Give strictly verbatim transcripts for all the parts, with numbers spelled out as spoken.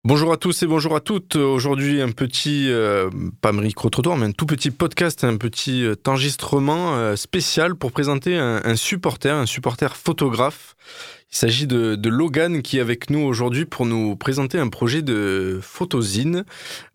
Bonjour à tous et bonjour à toutes. Aujourd'hui, un petit, euh, pas micro-trottoir, mais un tout petit podcast, un petit euh, enregistrement euh, spécial pour présenter un, un supporter, un supporter photographe. Il s'agit de, de Logan qui est avec nous aujourd'hui pour nous présenter un projet de photozine.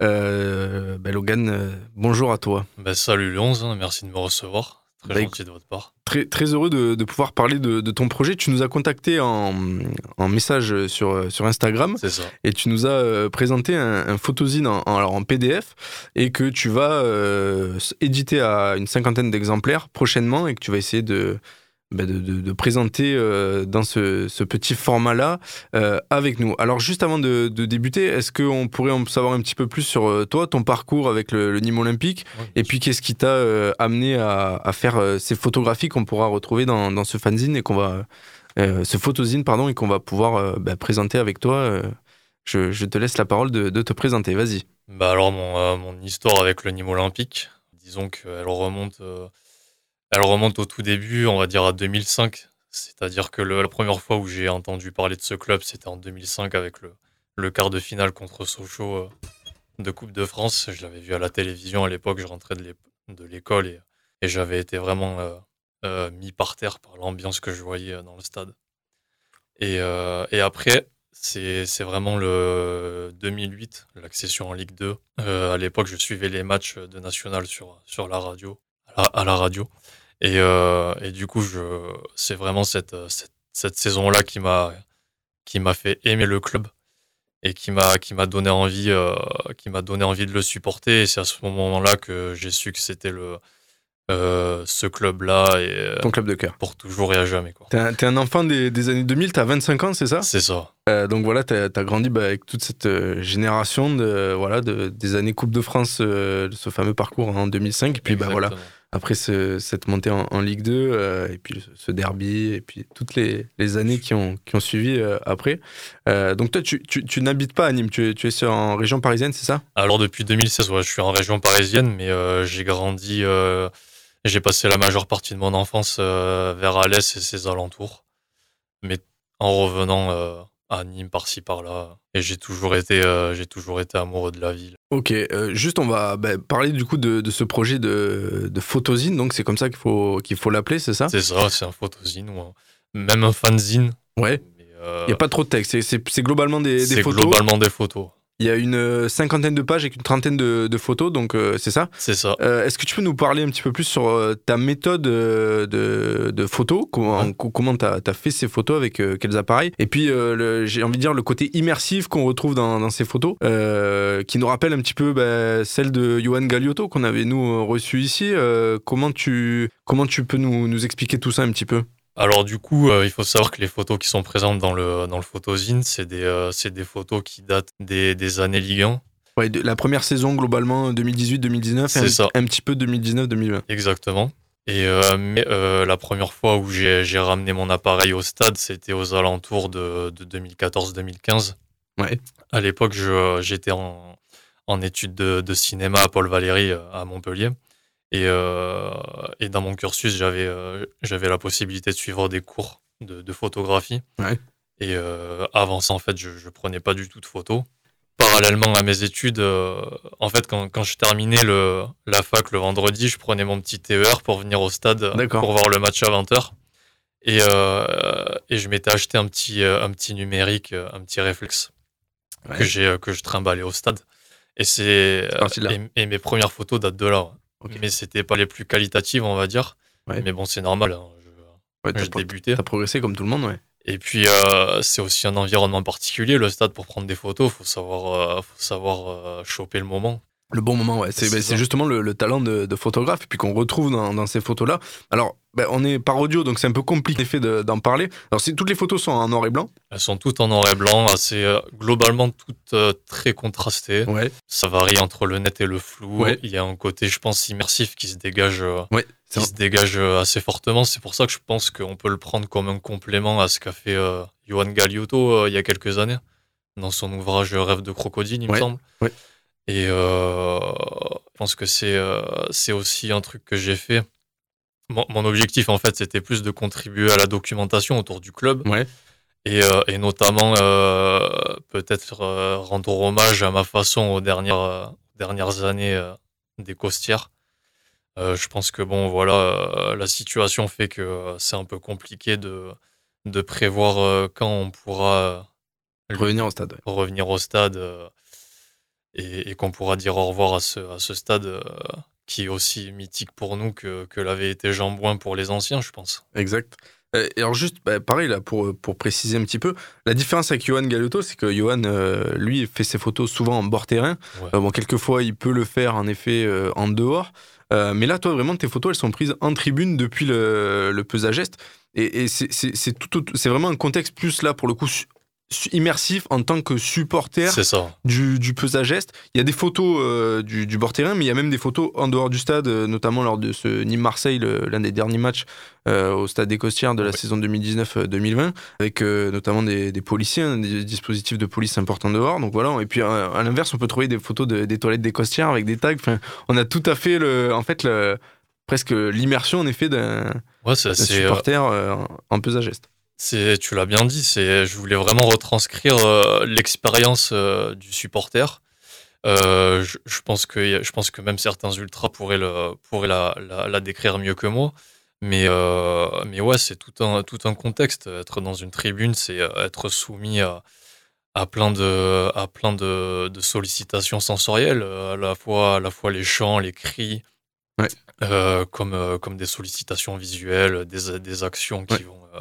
Euh, ben Logan, euh, bonjour à toi. Ben, salut Léon, hein, merci de me recevoir. Très Bah, gentil de votre part. Très, très heureux de, de pouvoir parler de, de ton projet. Tu nous as contacté en, en message sur, sur Instagram. C'est ça. Et tu nous as euh, présenté un, un photozine en, en, alors en P D F et que tu vas euh, éditer à une cinquantaine d'exemplaires prochainement et que tu vas essayer de, bah de, de, de présenter euh, dans ce, ce petit format-là euh, avec nous. Alors juste avant de, de débuter, est-ce qu'on pourrait en savoir un petit peu plus sur euh, toi, ton parcours avec le, le Nîmes Olympique, Oui, et puis qu'est-ce qui t'a euh, amené à, à faire euh, ces photographies qu'on pourra retrouver dans, dans ce fanzine et qu'on va euh, ce photozine pardon et qu'on va pouvoir euh, bah, présenter avec toi. Euh, je, je te laisse la parole de, de te présenter. Vas-y. Bah alors mon, euh, mon histoire avec le Nîmes Olympique, disons qu'elle remonte, euh, elle remonte au tout début, on va dire à deux mille cinq. C'est-à-dire que le, la première fois où j'ai entendu parler de ce club, c'était en deux mille cinq avec le, le quart de finale contre Sochaux euh, de Coupe de France. Je l'avais vu à la télévision à l'époque, je rentrais de l'é- de l'école et, et j'avais été vraiment euh, euh, mis par terre par l'ambiance que je voyais euh, dans le stade. Et, euh, et après, c'est, c'est vraiment le deux mille huit, l'accession en Ligue deux. Euh, à l'époque, je suivais les matchs de National sur, sur la radio, à la, à la radio. Et, euh, et du coup, je, c'est vraiment cette, cette, cette saison-là qui m'a, qui m'a fait aimer le club et qui m'a, qui m'a donné envie, euh, qui m'a donné envie de le supporter. Et c'est à ce moment-là que j'ai su que c'était le, euh, ce club-là et euh, Ton club de cœur. pour toujours et à jamais, quoi. T'es un, t'es un enfant des, des années deux mille, t'as vingt-cinq ans, c'est ça? C'est ça. Euh, donc voilà, t'as as grandi bah, avec toute cette euh, génération de, voilà, de, des années Coupe de France, euh, de ce fameux parcours en deux mille cinq. Et puis bah, voilà, Exactement. après ce, cette montée en, en Ligue deux, euh, et puis ce derby, et puis toutes les, les années qui ont, qui ont suivi euh, après. Euh, donc toi, tu, tu, tu n'habites pas à Nîmes, tu es, tu es sur, en région parisienne, c'est ça? Alors depuis deux mille seize, ouais, je suis en région parisienne, mais euh, j'ai grandi, euh, j'ai passé la majeure partie de mon enfance euh, vers Alès et ses alentours, mais en revenant euh, à Nîmes par-ci par-là, et j'ai toujours été, euh, j'ai toujours été amoureux de la ville. Ok, euh, juste on va bah, parler du coup de, de ce projet de, de photozine, donc c'est comme ça qu'il faut, qu'il faut l'appeler, c'est ça? C'est ça, c'est un photozine ou un- même un fanzine. Ouais, Mais, euh, il n'y a pas trop de texte, c'est, c'est, c'est globalement des, des c'est photos. globalement des photos. Il y a une euh, cinquantaine de pages avec une trentaine de, de photos, donc euh, c'est ça. C'est ça. Euh, est-ce que tu peux nous parler un petit peu plus sur euh, ta méthode euh, de, de photos? Comment Ouais. co- comment tu as fait ces photos, avec euh, quels appareils? Et puis, euh, le- j'ai envie de dire, le côté immersif qu'on retrouve dans, dans ces photos, euh, qui nous rappelle un petit peu bah, celle de Johan Galiotto qu'on avait, nous, reçu ici. Euh, comment, tu, comment tu peux nous, nous expliquer tout ça un petit peu? Alors du coup, euh, il faut savoir que les photos qui sont présentes dans le dans le photozine, c'est des euh, c'est des photos qui datent des des années Ligue un. Ouais, de- la première saison, globalement, deux mille dix-huit deux mille dix-neuf, et C'est un, ça. un petit peu deux mille dix-neuf deux mille vingt. Exactement. Et euh, mais euh, la première fois où j'ai j'ai ramené mon appareil au stade, c'était aux alentours de, de deux mille quatorze deux mille quinze. Ouais. À l'époque, je j'étais en en études de, de cinéma à Paul Valéry euh, à Montpellier. Et euh, et dans mon cursus, j'avais euh, j'avais la possibilité de suivre des cours de, de photographie. Ouais. Et euh, avant ça, en fait, je je prenais pas du tout de photos. Parallèlement à mes études, euh, en fait, quand, quand je terminais le, la fac le vendredi, je prenais mon petit T E R pour venir au stade D'accord. pour voir le match à vingt heures. Et, euh, et je m'étais acheté un petit, euh, un petit numérique, euh, un petit réflexe Ouais. que, j'ai, euh, que je trimballais au stade. Et, c'est, C'est parti de là. et, et mes premières photos datent de là. Ouais. Ok. Mais c'était pas les plus qualitatives, on va dire. Ouais. Mais bon, c'est normal. Hein, je Ouais, t'as je pro- débutais. T'as progressé comme tout le monde, ouais. Et puis, euh, c'est aussi un environnement particulier, le stade, pour prendre des photos. Faut savoir, euh, faut savoir euh, choper le moment. Le bon moment, ouais. C'est, C'est bah, ça. c'est justement le, le talent de, de photographe, et puis qu'on retrouve dans, dans ces photos-là. Alors, bah, on est par audio, donc c'est un peu compliqué en effet, de- d'en parler. Alors, si toutes les photos sont en noir et blanc, Elles sont toutes en noir et blanc, assez euh, globalement toutes euh, très contrastées. ouais, Ça varie entre le net et le flou. Ouais. Il y a un côté, je pense, immersif qui se dégage, euh, ouais, c'est qui se dégage euh, assez fortement. C'est pour ça que je pense qu'on peut le prendre comme un complément à ce qu'a fait euh, Johan Galiotto euh, il y a quelques années dans son ouvrage Rêve de crocodile, il me Ouais. semble. Ouais. Et euh, je pense que c'est euh, c'est aussi un truc que j'ai fait. Mon, mon objectif, en fait, c'était plus de contribuer à la documentation autour du club. ouais, et, euh, et notamment euh, peut-être euh, rendre hommage à ma façon aux dernières, euh, dernières années euh, des Costières. Euh, je pense que bon, voilà, euh, la situation fait que euh, c'est un peu compliqué de, de prévoir euh, quand on pourra euh, Revenir au stade. Ouais. revenir au stade euh, et, et qu'on pourra dire au revoir à ce, à ce stade euh, qui est aussi mythique pour nous que, que l'avait été Jean-Bouin pour les anciens, je pense. Exact. Euh, Et alors juste, bah, pareil là, pour, pour préciser un petit peu, la différence avec Johan Galotto, c'est que Johan, euh, lui, fait ses photos souvent en bord terrain. Ouais. Euh, bon, quelquefois, il peut le faire en effet euh, en dehors. Euh, mais là, toi, vraiment, tes photos, elles sont prises en tribune depuis le, le pesage est. Et, et c'est, c'est, c'est, tout, autre- c'est vraiment un contexte plus là, pour le coup, su- su- immersif en tant que supporter C'est ça. du, du pesage est. Il y a des photos euh, du, du bord terrain, mais il y a même des photos en dehors du stade, euh, notamment lors de ce Nîmes-Marseille, le- l'un des derniers matchs euh, au stade des Costières de la Ouais. saison deux mille dix-neuf deux mille vingt, avec euh, notamment des, des policiers, hein, des dispositifs de police importants dehors. Donc voilà. Et puis à, à l'inverse, on peut trouver des photos de- des toilettes des Costières avec des tags. Enfin, on a tout à fait le, en fait, le, presque l'immersion en effet d'un, Ouais, c'est, d'un c'est, euh, supporter euh, en pesage est. c'est, tu l'as bien dit, c'est, je voulais vraiment retranscrire euh, l'expérience euh, du supporter. Euh, je, je pense que, je pense que même certains ultras pourraient, le, pourraient la, la, la décrire mieux que moi. Mais, euh, mais ouais, c'est tout un, tout un contexte. Être dans une tribune, c'est euh, être soumis à, à plein de, à plein de, de sollicitations sensorielles, euh, à la fois, à la fois les chants, les cris, Ouais, euh, comme, euh, comme des sollicitations visuelles, des, des actions ouais, qui vont, euh,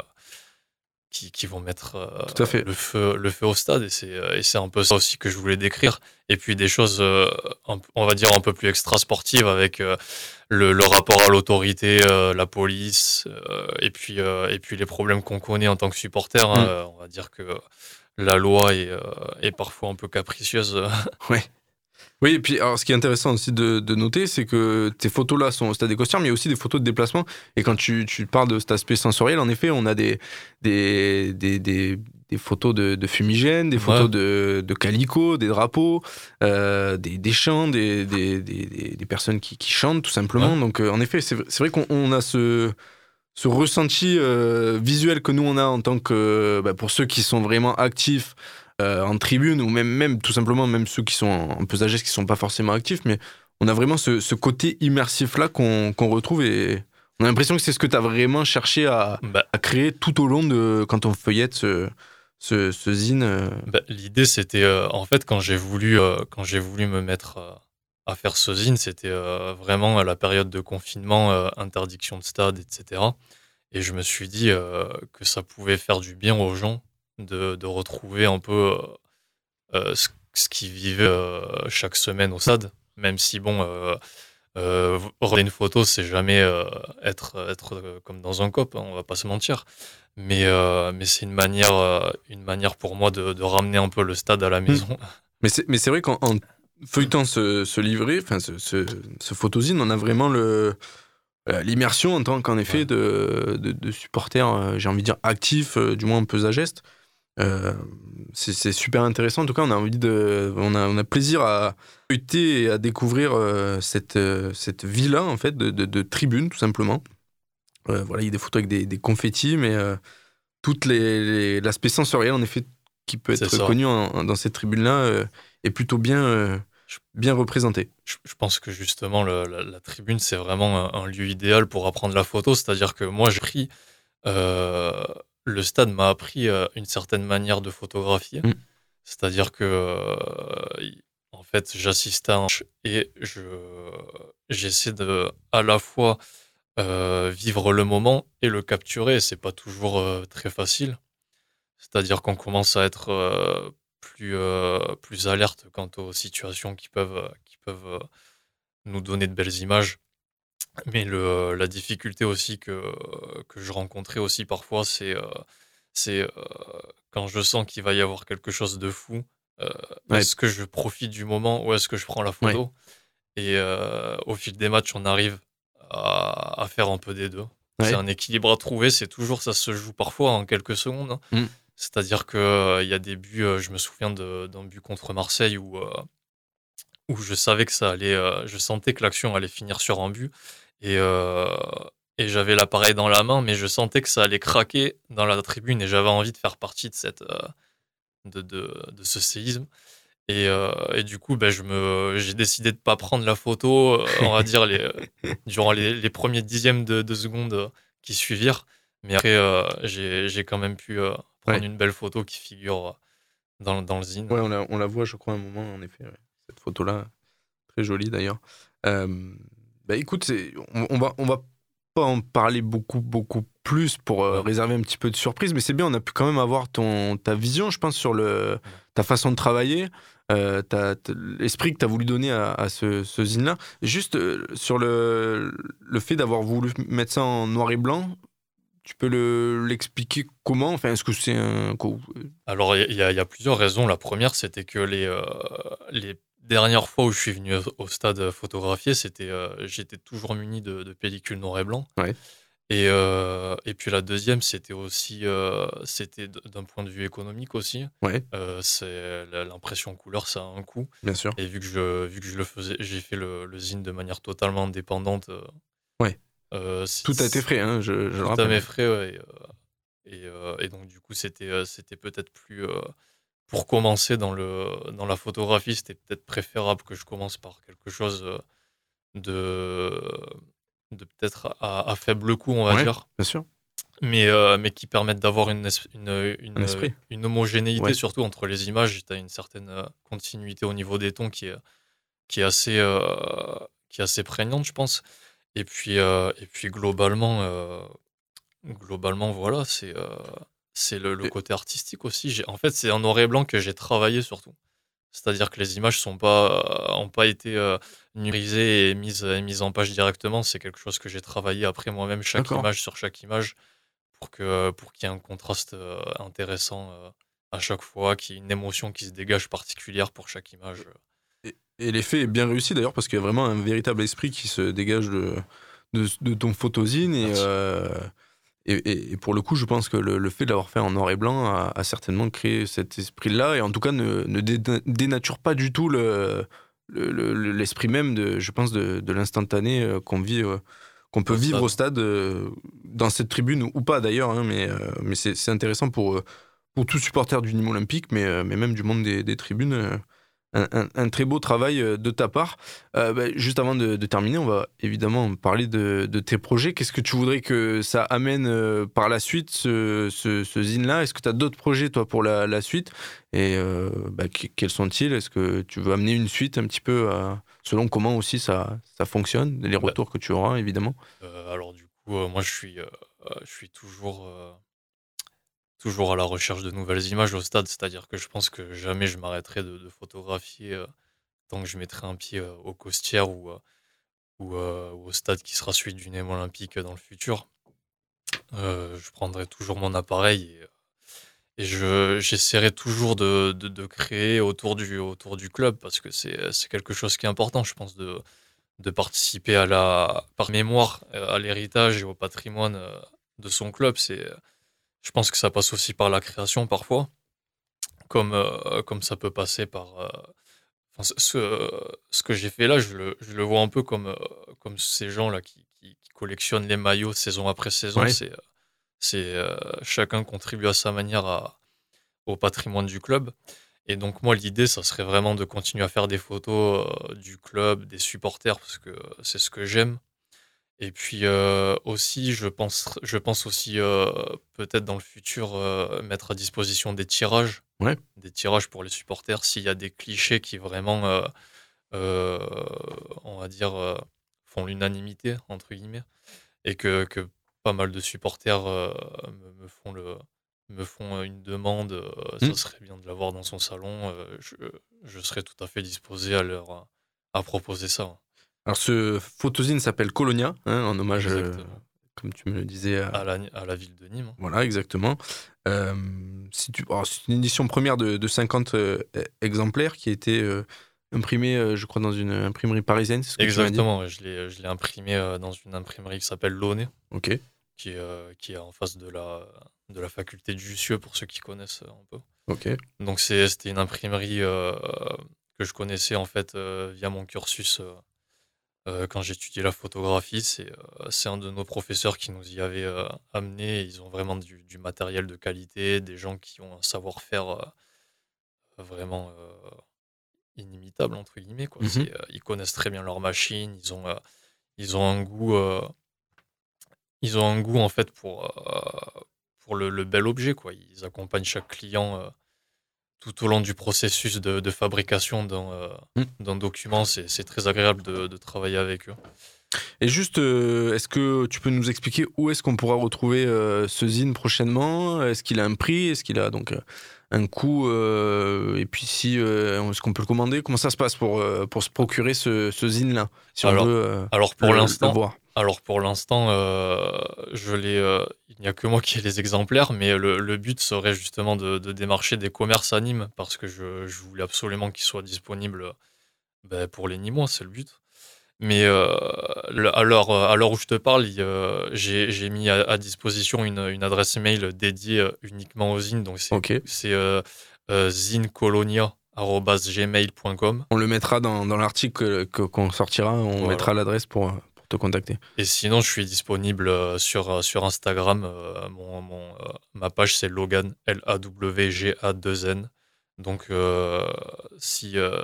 qui, qui vont mettre euh, tout à fait. le feu, le feu au stade. Et c'est, euh, et c'est un peu ça aussi que je voulais décrire. Et puis des choses, euh, un- on va dire, un peu plus extra-sportives avec euh, le, le rapport à l'autorité, euh, la police, euh, et puis, euh, et puis les problèmes qu'on connaît en tant que supporter. Hein. Mm. Euh, on va dire que la loi est, euh, est parfois un peu capricieuse. Ouais. Oui, et puis alors, ce qui est intéressant aussi de, de noter, c'est que tes photos-là sont au stade des Costières, mais il y a aussi des photos de déplacement. Et quand tu, tu parles de cet aspect sensoriel, en effet, on a des, des, des, des, des photos de, de fumigènes, des Ouais, photos de, de calico, des drapeaux, euh, des, des chants, des, des, des, des- des personnes qui, qui chantent, tout ouais, simplement. Donc, euh, en effet, c'est, v- c'est vrai qu'on on a ce, ce ressenti euh, visuel que nous, on a en tant que... bah, pour ceux qui sont vraiment actifs euh, en tribune, ou même, même tout simplement même ceux qui sont en, en pesagiste qui sont pas forcément actifs, mais on a vraiment ce, ce côté immersif là qu'on qu'on retrouve et on a l'impression que c'est ce que tu as vraiment cherché à, bah, à créer tout au long de quand on feuillette ce, ce, ce zine. euh. bah, l'idée, c'était, euh, en fait, quand j'ai voulu, euh, quand j'ai voulu me mettre euh, à faire ce zine, c'était euh, vraiment à la période de confinement, euh, interdiction de stade, et cetera. Et je me suis dit euh, que ça pouvait faire du bien aux gens de, de retrouver un peu euh, euh, ce, ce qu'ils vivaient euh, chaque semaine au stade. Même si, bon, euh, euh, regarder une photo, c'est jamais euh, être, être euh, comme dans un cop, hein, on va pas se mentir. Mais, euh, mais c'est une manière, euh, une manière pour moi de, de ramener un peu le stade à la Hmm. maison. Mais c'est mais c'est vrai qu'en en feuilletant ce, ce livret, enfin ce, ce, ce photozine, on a vraiment le euh, l'immersion en tant qu'en effet Ouais. de, de, de supporter, euh, j'ai envie de dire actif, euh, du moins un peu à geste. Euh, c'est c'est super intéressant. En tout cas, on a envie de, on a, on a plaisir à feuilleter et à découvrir euh, cette, euh, cette vie-là, en fait, de, de, de tribune, tout simplement. Euh, voilà, il y a des photos avec des, des confettis, mais euh, toute les, les- l'aspect sensoriel, en effet, qui peut C'est être ça. connu en- en- dans cette tribune-là, euh, est plutôt bien, euh, Je, bien représenté. je- je pense que justement, le- la, la tribune, c'est vraiment un, un lieu idéal pour apprendre la photo. C'est-à-dire que moi, j'ai pris, euh, le stade m'a appris euh, une certaine manière de photographier. Mm. C'est-à-dire que, euh, il- en fait, j'assiste à un match et je, j'essaie de à la fois euh, vivre le moment et le capturer. C'est pas toujours euh, très facile. C'est-à-dire qu'on commence à être euh, plus, euh, plus alerte quant aux situations qui peuvent, qui peuvent euh, nous donner de belles images. Mais le, la difficulté aussi que, que je rencontrais aussi parfois, c'est euh, c'est euh, quand je sens qu'il va y avoir quelque chose de fou, euh, Ouais, est-ce que je profite du moment ou est-ce que je prends la ouais, photo? Et euh, au fil des matchs, on arrive à, à faire un peu des deux. C'est ouais. un équilibre à trouver, c'est toujours, ça se joue parfois en quelques secondes, hein. Mm. C'est-à-dire que euh, il y a des buts, euh, je me souviens de- d'un but contre Marseille où, euh, où je savais que ça allait, euh, je sentais que l'action allait finir sur un but. Et, euh, et j'avais l'appareil dans la main, mais je sentais que ça allait craquer dans la tribune et j'avais envie de faire partie de cette euh, de, de, de ce séisme. Et, euh, et du coup, ben, je me, j'ai décidé de pas prendre la photo, euh, on va dire, les, durant les, les premiers dixièmes de, de seconde euh, qui suivirent. Mais après, euh, j'ai, j'ai quand même pu euh, prendre Ouais. une belle photo qui figure euh, dans, dans le zine. Ouais, on la, on la voit, je crois, à un moment, en effet. Ouais. Cette photo-là, très jolie d'ailleurs. Euh, bah écoute, c'est- on, on va, on va pas en parler beaucoup, beaucoup plus pour euh, Ouais. réserver un petit peu de surprise, mais c'est bien, on a pu quand même avoir ton, ta vision, je pense, sur le, Ouais. ta façon de travailler, euh, ta- ta- l'esprit que tu as voulu donner à, à ce, ce zine-là. Juste euh, sur le, le fait d'avoir voulu mettre ça en noir et blanc, tu peux le, l'expliquer comment? Enfin, est-ce que c'est un... co- Alors, il y, a- il y a plusieurs raisons. La première, c'était que les, euh, les dernières fois où je suis venu au, au stade photographier, c'était, euh, j'étais toujours muni de, de pellicule noir et blanc. Ouais, Et, euh, et puis la deuxième, c'était aussi, euh, c'était d- d'un point de vue économique aussi. ouais, Euh, c'est la- l'impression couleur, ça a un coût. bien sûr. Et vu que je, vu que je le faisais, j'ai fait le, le zine de manière totalement indépendante. euh, Ouais, euh, c'est- tout a été c'est- frais, hein, je, je le Tout à mes rappelle. frais, ouais, et, euh, et, euh, et donc du coup, c'était, euh, c'était peut-être plus, euh, pour commencer dans le, dans la photographie, c'était peut-être préférable que je commence par quelque chose euh, de, de peut-être à, à faible coût, on va Ouais, dire. bien sûr. Mais, euh, mais qui permettent d'avoir une, es- une, Un une, esprit. une homogénéité, Ouais. surtout entre les images. Tu as une certaine euh, continuité au niveau des tons qui est, qui est, assez, euh, qui est assez prégnante, je pense. Et puis, euh, et puis globalement, euh, globalement voilà, c'est euh, c'est le, le Et- côté artistique aussi. J'ai, en fait, c'est en noir et blanc que j'ai travaillé surtout. C'est-à-dire que les images sont pas, ont pas été euh, numérisées et mises, et mises en page directement. C'est quelque chose que j'ai travaillé après moi-même, chaque D'accord. image sur chaque image pour que pour qu'il y ait un contraste euh, intéressant euh, à chaque fois, qu'il y ait une émotion qui se dégage particulière pour chaque image. Et, et l'effet est bien réussi d'ailleurs parce qu'il y a vraiment un véritable esprit qui se dégage de, de, de ton photozine et, Merci. euh, et, et- et pour le coup je pense que le, le fait de l'avoir fait en noir et blanc a, a certainement créé cet esprit-là et en tout cas ne, ne dé- dénature pas du tout le, le- le- l'esprit même de, je pense, de, de l'instantané euh, qu'on vit, euh, qu'on peut Au vivre au stade. stade euh, dans cette tribune ou pas d'ailleurs, hein, mais, euh, mais c'est, c'est intéressant pour, euh, pour tout supporter du Nîmes Olympique, mais, euh, mais même du monde des, des tribunes. euh, un, un- un très beau travail euh, de ta part. Euh, bah, juste avant de, de terminer, on va évidemment parler de, de tes projets. Qu'est-ce que tu voudrais que ça amène euh, par la suite, ce, ce, ce zine-là? Est-ce que tu as d'autres projets, toi, pour la, la suite? Et euh, bah, que- quels sont-ils? Est-ce que tu veux amener une suite un petit peu à- selon comment aussi ça, ça fonctionne, les Bah, retours que tu auras, évidemment? euh, alors du coup, euh, moi je suis, euh, euh, je suis toujours, euh, toujours à la recherche de nouvelles images au stade. C'est-à-dire que je pense que jamais je m'arrêterai de, de photographier euh, tant que je mettrai un pied euh, au Costières ou, euh, ou, euh, ou au stade qui sera celui du Nîmes Olympique euh, dans le futur. Euh, je prendrai toujours mon appareil et, et je, j'essaierai toujours de, de, de créer autour du, autour du club parce que c'est, c'est quelque chose qui est important, je pense, de, de participer à la par mémoire euh, à l'héritage et au patrimoine euh, de son club. C'est, je pense que ça passe aussi par la création parfois, comme, euh, comme ça peut passer par. euh, enfin, ce, ce ce que j'ai fait là, je le, je le vois un peu comme, euh, comme ces gens-là qui, qui, qui collectionnent les maillots saison après saison. Ouais. C'est, euh, c'est euh, chacun contribue à sa manière à, au patrimoine du club. Et donc moi, l'idée, ça serait vraiment de continuer à faire des photos euh, du club, des supporters, parce que c'est ce que j'aime. Et puis euh, aussi, je pense, je pense aussi euh, peut-être dans le futur euh, mettre à disposition des tirages, Ouais. des tirages pour les supporters s'il y a des clichés qui vraiment, euh, euh, on va dire, euh, font l'unanimité entre guillemets, et que, que pas mal de supporters euh, me, me font le, me font une demande, euh, ça Hmm. serait bien de l'avoir dans son salon. euh, je, je serais tout à fait disposé à leur à proposer ça. Alors, ce photozine s'appelle Colonia, hein, en hommage, euh, Exactement. comme tu me le disais, À à, la, à la ville de Nîmes. voilà, exactement. Euh, si tu, alors, c'est une édition première de, de cinquante euh, e- exemplaires qui a été euh, imprimée, euh, je crois, dans une imprimerie parisienne, c'est ce que tu m'as dit. Exactement, ouais, je l'ai, je l'ai imprimé euh, dans une imprimerie qui s'appelle Launay, Ok, qui est, euh, qui est en face de la, de la faculté de Jussieu, pour ceux qui connaissent euh, un peu. ok, Donc c'est, c'était une imprimerie euh, que je connaissais en fait euh, via mon cursus euh, Euh, quand j'étudiais la photographie, c'est euh, c'est un de nos professeurs qui nous y avait euh, amené. Ils ont vraiment du, du matériel de qualité, des gens qui ont un savoir-faire euh, vraiment euh, inimitable, entre guillemets, quoi. Mhm. C'est, euh, ils connaissent très bien leur machine, ils ont, euh, ils ont un goût, euh, ils ont un goût en fait pour, euh, pour le, le bel objet, quoi. Ils accompagnent chaque client euh, tout au long du processus de, de fabrication d'un, euh, Mm. d'un document. C'est, c'est très agréable de, de travailler avec eux. Et juste, euh, est-ce que tu peux nous expliquer où est-ce qu'on pourra retrouver euh, ce zine prochainement? Est-ce qu'il a un prix? Est-ce qu'il a donc euh, un coût? euh, Et puis si, euh, est-ce qu'on peut le commander? Comment ça se passe pour, euh, pour se procurer ce, ce zine-là, si on Alors, veut euh, alors pour le, le l'instant, voir? alors pour l'instant, euh, je l'ai, euh, il n'y a que moi qui ai les exemplaires, mais le, le but serait justement de, de démarcher des commerces à Nîmes parce que je, je voulais absolument qu'ils soient disponibles ben, pour les Nîmois, c'est le but. Mais euh, le- à l'heure à l'heure où je te parle, il, euh, j'ai j'ai mis à, à disposition une, une adresse mail dédiée euh, uniquement aux zines, donc c'est Ok. c'est euh, euh, zinecolonia arobase gmail point com. On le mettra dans, dans l'article que- qu'on sortira, on Voilà. mettra l'adresse pour, pour te contacter. Et sinon, je suis disponible euh, sur, euh, sur Instagram. euh, mon, mon, euh, ma page, c'est Logan, L A W G A deux N. Donc, euh, si, euh,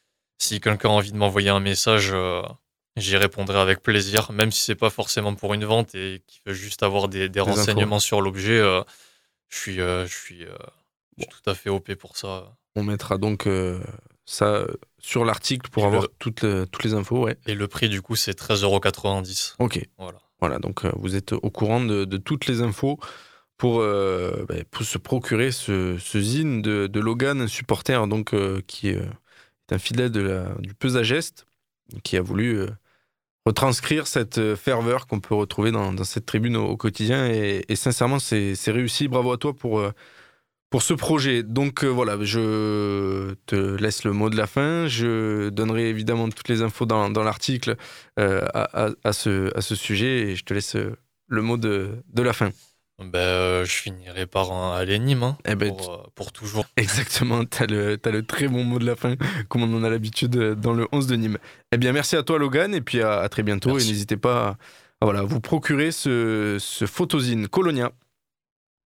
si quelqu'un a envie de m'envoyer un message, euh, j'y répondrai avec plaisir, même si c'est pas forcément pour une vente et qu'il veut juste avoir des, des Des infos. renseignements sur l'objet. euh, je suis, euh, je suis, euh, je suis tout à fait O P pour ça. On mettra donc euh, ça euh, sur l'article pour Et avoir le, toutes, les- toutes les infos, ouais. et le prix, du coup, c'est treize euros quatre-vingt-dix. Ok. Voilà. Voilà, donc euh, vous êtes au courant de, de toutes les infos pour, euh, bah, pour se procurer ce, ce zine de, de Logan, un supporter donc, euh, qui euh, est un fidèle de la, du Pesageste, qui a voulu euh, retranscrire cette euh, ferveur qu'on peut retrouver dans, dans cette tribune au, au quotidien. Et, et sincèrement, c'est c'est réussi. Bravo à toi pour, euh, pour ce projet. Donc euh, voilà, je te laisse le mot de la fin. Je donnerai évidemment toutes les infos dans, dans l'article euh, à, à, à, ce, à ce sujet et je te laisse euh, le mot de, de la fin. Ben, euh, je finirai par un aller Nîmes hein, Eh ben, pour, euh, pour toujours. Exactement, tu as le, t'as le très bon mot de la fin, comme on en a l'habitude dans le onze de Nîmes. Eh bien, merci à toi Logan et puis à, à très bientôt. Merci. Et n'hésitez pas à, à, voilà, vous procurer ce, ce photozine Colonia.